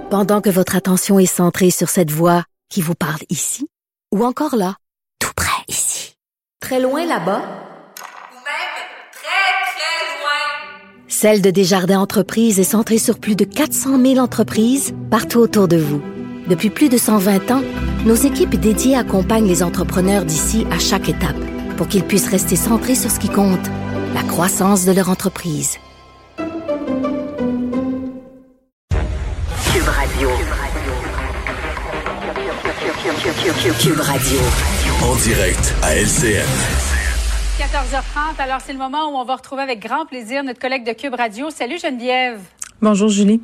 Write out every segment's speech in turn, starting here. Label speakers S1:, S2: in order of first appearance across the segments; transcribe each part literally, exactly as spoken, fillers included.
S1: Pendant que votre attention est centrée sur cette voix qui vous parle ici, ou encore là, tout près ici, très loin là-bas,
S2: ou même très, très loin.
S1: Celle de Desjardins Entreprises est centrée sur plus de quatre cent mille entreprises partout autour de vous. Depuis plus de cent vingt ans, nos équipes dédiées accompagnent les entrepreneurs d'ici à chaque étape pour qu'ils puissent rester centrés sur ce qui compte, la croissance de leur entreprise.
S3: Cube Radio. Cube Radio.
S4: En direct à L C N.
S5: quatorze heures trente, alors c'est le moment où on va retrouver avec grand plaisir notre collègue de Cube Radio. Salut Geneviève.
S6: Bonjour Julie.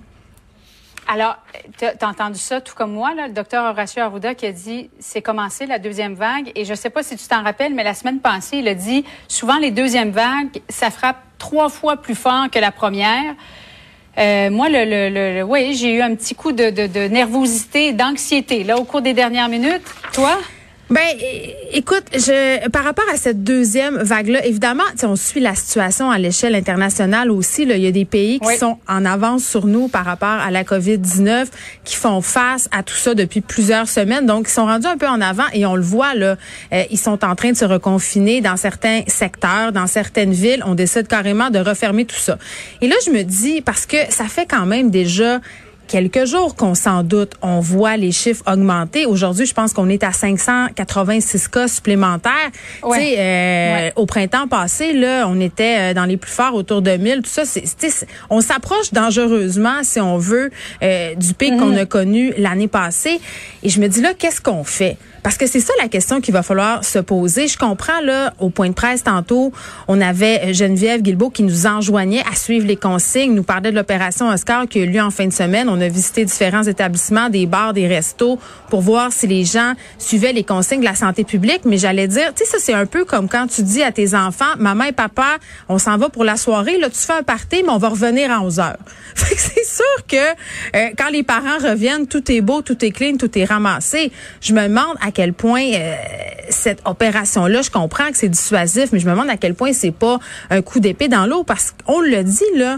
S5: Alors, t'as, t'as entendu ça tout comme moi, là, le docteur Horacio Arruda qui a dit c'est commencé la deuxième vague. Et je sais pas si tu t'en rappelles, mais la semaine passée, il a dit souvent les deuxièmes vagues, ça frappe trois fois plus fort que la première. Euh, moi, le, le, le, le oui, j'ai eu un petit coup de, de, de nervosité, d'anxiété là au cours des dernières minutes. Toi?
S6: Ben, écoute, je, par rapport à cette deuxième vague-là, évidemment, on suit la situation à l'échelle internationale aussi. Là, il y a des pays qui oui. sont en avance sur nous par rapport à la covid dix-neuf, qui font face à tout ça depuis plusieurs semaines. Donc, ils sont rendus un peu en avant et on le voit, là, euh, ils sont en train de se reconfiner dans certains secteurs, dans certaines villes. On décide carrément de refermer tout ça. Et là, je me dis, parce que ça fait quand même déjà quelques jours qu'on s'en doute, on voit les chiffres augmenter. Aujourd'hui, je pense qu'on est à cinq cent quatre-vingt-six cas supplémentaires. Ouais. Tu sais, euh, ouais. Au printemps passé, là, on était dans les plus forts autour de mille. Tout ça, c'est, c'est on s'approche dangereusement, si on veut, euh, du pic mm-hmm. qu'on a connu l'année passée. Et je me dis là, qu'est-ce qu'on fait? Parce que c'est ça la question qu'il va falloir se poser. Je comprends, là, au point de presse tantôt, on avait Geneviève Guilbeault qui nous enjoignait à suivre les consignes, nous parlait de l'opération Oscar qui a eu lieu en fin de semaine. On a visité différents établissements, des bars, des restos, pour voir si les gens suivaient les consignes de la santé publique. Mais j'allais dire, tu sais, ça, c'est un peu comme quand tu dis à tes enfants, maman et papa, on s'en va pour la soirée, là, tu fais un party, mais on va revenir à onze heures. Fait que c'est sûr que euh, quand les parents reviennent, tout est beau, tout est clean, tout est ramassé. Je me demande à quel point euh, cette opération-là, je comprends que c'est dissuasif, mais je me demande à quel point c'est pas un coup d'épée dans l'eau, parce qu'on le dit, là,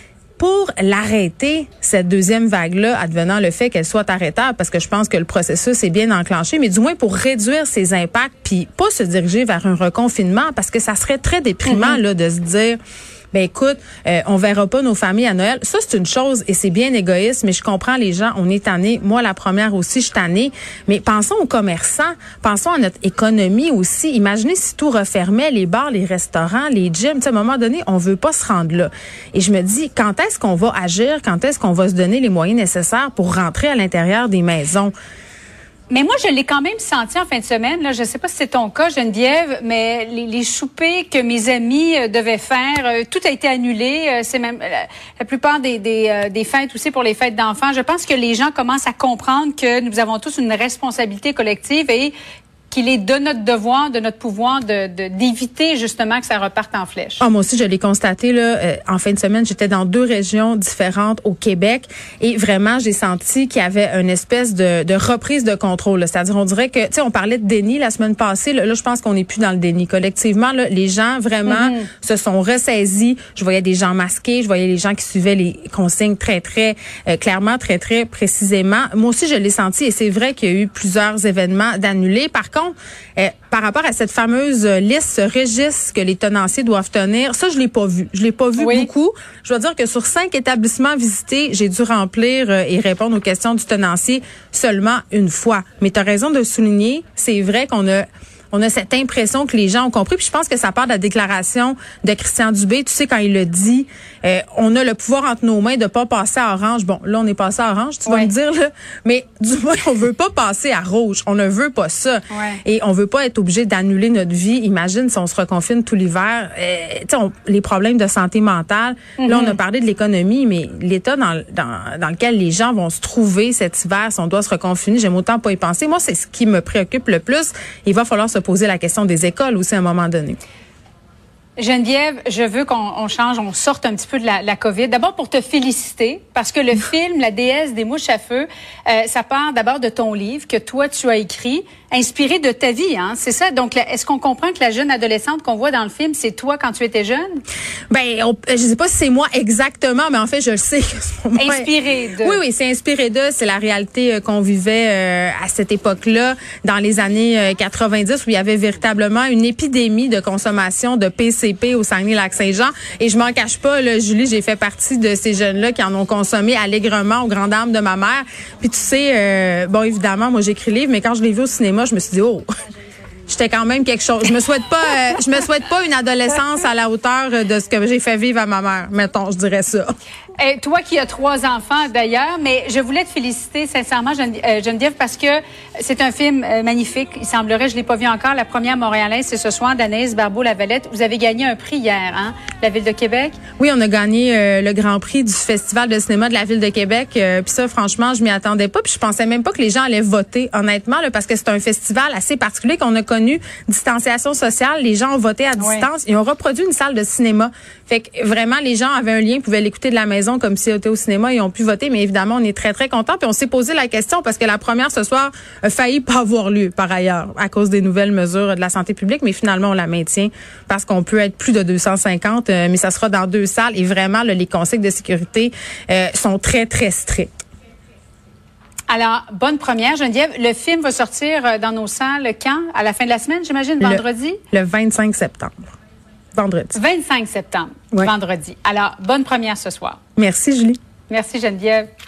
S6: pour l'arrêter, cette deuxième vague-là, advenant le fait qu'elle soit arrêtable, parce que je pense que le processus est bien enclenché, mais du moins pour réduire ses impacts, puis pas se diriger vers un reconfinement, parce que ça serait très déprimant mm-hmm. là de se dire... Ben écoute, euh, on verra pas nos familles à Noël. Ça, c'est une chose et c'est bien égoïste, mais je comprends les gens, on est tannés. Moi, la première aussi, je suis tannée. Mais pensons aux commerçants, pensons à notre économie aussi. Imaginez si tout refermait, les bars, les restaurants, les gyms. Tu sais, à un moment donné, on veut pas se rendre là. Et je me dis, quand est-ce qu'on va agir? Quand est-ce qu'on va se donner les moyens nécessaires pour rentrer à l'intérieur des maisons?
S5: Mais moi, je l'ai quand même senti en fin de semaine. Là, je sais pas si c'est ton cas, Geneviève, mais les, les soupers que mes amis euh, devaient faire, euh, tout a été annulé. Euh, c'est même la, la plupart des, des, euh, des fêtes aussi pour les fêtes d'enfants. Je pense que les gens commencent à comprendre que nous avons tous une responsabilité collective et qu'il est de notre devoir, de notre pouvoir de, de d'éviter justement que ça reparte en flèche.
S6: Ah, moi aussi, je l'ai constaté là. Euh, en fin de semaine, j'étais dans deux régions différentes au Québec et vraiment, j'ai senti qu'il y avait une espèce de, de reprise de contrôle. Là. C'est-à-dire, on dirait que, tu sais, on parlait de déni la semaine passée. Là, là je pense qu'on n'est plus dans le déni. Collectivement, là, les gens vraiment mm-hmm. se sont ressaisis. Je voyais des gens masqués, je voyais les gens qui suivaient les consignes très, très euh, clairement, très, très précisément. Moi aussi, je l'ai senti et c'est vrai qu'il y a eu plusieurs événements d'annulés. Par contre, Euh, par rapport à cette fameuse liste, ce registre que les tenanciers doivent tenir, ça, je l'ai pas vu. Je l'ai pas vu oui. beaucoup. Je dois dire que sur cinq établissements visités, j'ai dû remplir euh, et répondre aux questions du tenancier seulement une fois. Mais tu as raison de le souligner. C'est vrai qu'on a... On a cette impression que les gens ont compris. Puis je pense que ça part de la déclaration de Christian Dubé. Tu sais, quand il le dit, euh, on a le pouvoir entre nos mains de pas passer à orange. Bon, là, on est passé à orange, tu ouais. vas me dire, là. Mais du moins, on veut pas passer à rouge. On ne veut pas ça. Ouais. Et on veut pas être obligé d'annuler notre vie. Imagine si on se reconfine tout l'hiver. Euh, tu sais, on, les problèmes de santé mentale. Mm-hmm. Là, on a parlé de l'économie, mais l'état dans, dans, dans lequel les gens vont se trouver cet hiver, si on doit se reconfiner, j'aime autant pas y penser. Moi, c'est ce qui me préoccupe le plus. Il va falloir se poser la question des écoles aussi à un moment donné.
S5: Geneviève, je veux qu'on on change, on sorte un petit peu de la, la COVID. D'abord pour te féliciter, parce que le film La déesse des mouches à feu, euh, ça part d'abord de ton livre que toi tu as écrit. inspiré de ta vie, hein, c'est ça? Donc, là, est-ce qu'on comprend que la jeune adolescente qu'on voit dans le film, c'est toi quand tu étais jeune?
S6: Ben, on, je sais pas si c'est moi exactement, mais en fait, je le sais. Que moi,
S5: inspiré de.
S6: Oui, oui, c'est inspiré de. C'est la réalité euh, qu'on vivait euh, à cette époque-là, dans les années euh, quatre-vingt-dix, où il y avait véritablement une épidémie de consommation de P C P au Saguenay-Lac-Saint-Jean. Et je m'en cache pas, là, Julie, j'ai fait partie de ces jeunes-là qui en ont consommé allègrement aux grandes dames de ma mère. Puis tu sais, euh, bon, évidemment, moi, j'écris livre, mais quand je l'ai vu au cinéma, je me suis dit, oh, j'étais quand même quelque chose. Je me souhaite pas, euh, je me souhaite pas une adolescence à la hauteur de ce que j'ai fait vivre à ma mère. Mettons, je dirais ça.
S5: Et toi qui as trois enfants d'ailleurs, mais je voulais te féliciter sincèrement, Geneviève, parce que c'est un film magnifique. Il semblerait, je l'ai pas vu encore, la première montréalaise, c'est ce soir d'Anaïs Barbeau-Lavalette. Vous avez gagné un prix hier, hein, la Ville de Québec? Oui, on a gagné euh, le Grand Prix du Festival de cinéma de la Ville de Québec. Euh, puis ça, franchement, je m'y attendais pas. Puis je pensais même pas que les gens allaient voter, honnêtement, là, parce que c'est un festival assez particulier qu'on a connu, distanciation sociale. Les gens ont voté à distance. Oui. Ils ont reproduit une salle de cinéma. Fait que vraiment, les gens avaient un lien, pouvaient l'écouter de la maison comme s'ils étaient au cinéma, ils ont pu voter, mais évidemment, on est très, très contents. Puis on s'est posé la question parce que la première ce soir a failli pas avoir lieu, par ailleurs, à cause des nouvelles mesures de la santé publique, mais finalement, on la maintient parce qu'on peut être plus de deux cent cinquante, euh, mais ça sera dans deux salles et vraiment, là, les consignes de sécurité euh, sont très, très strictes. Alors, bonne première, Geneviève. Le film va sortir dans nos salles quand? À la fin de la semaine, j'imagine, vendredi? Le, le vingt-cinq septembre. Vendredi. vingt-cinq septembre, oui. Vendredi. Alors, bonne première ce soir. Merci, Julie. Merci, Geneviève.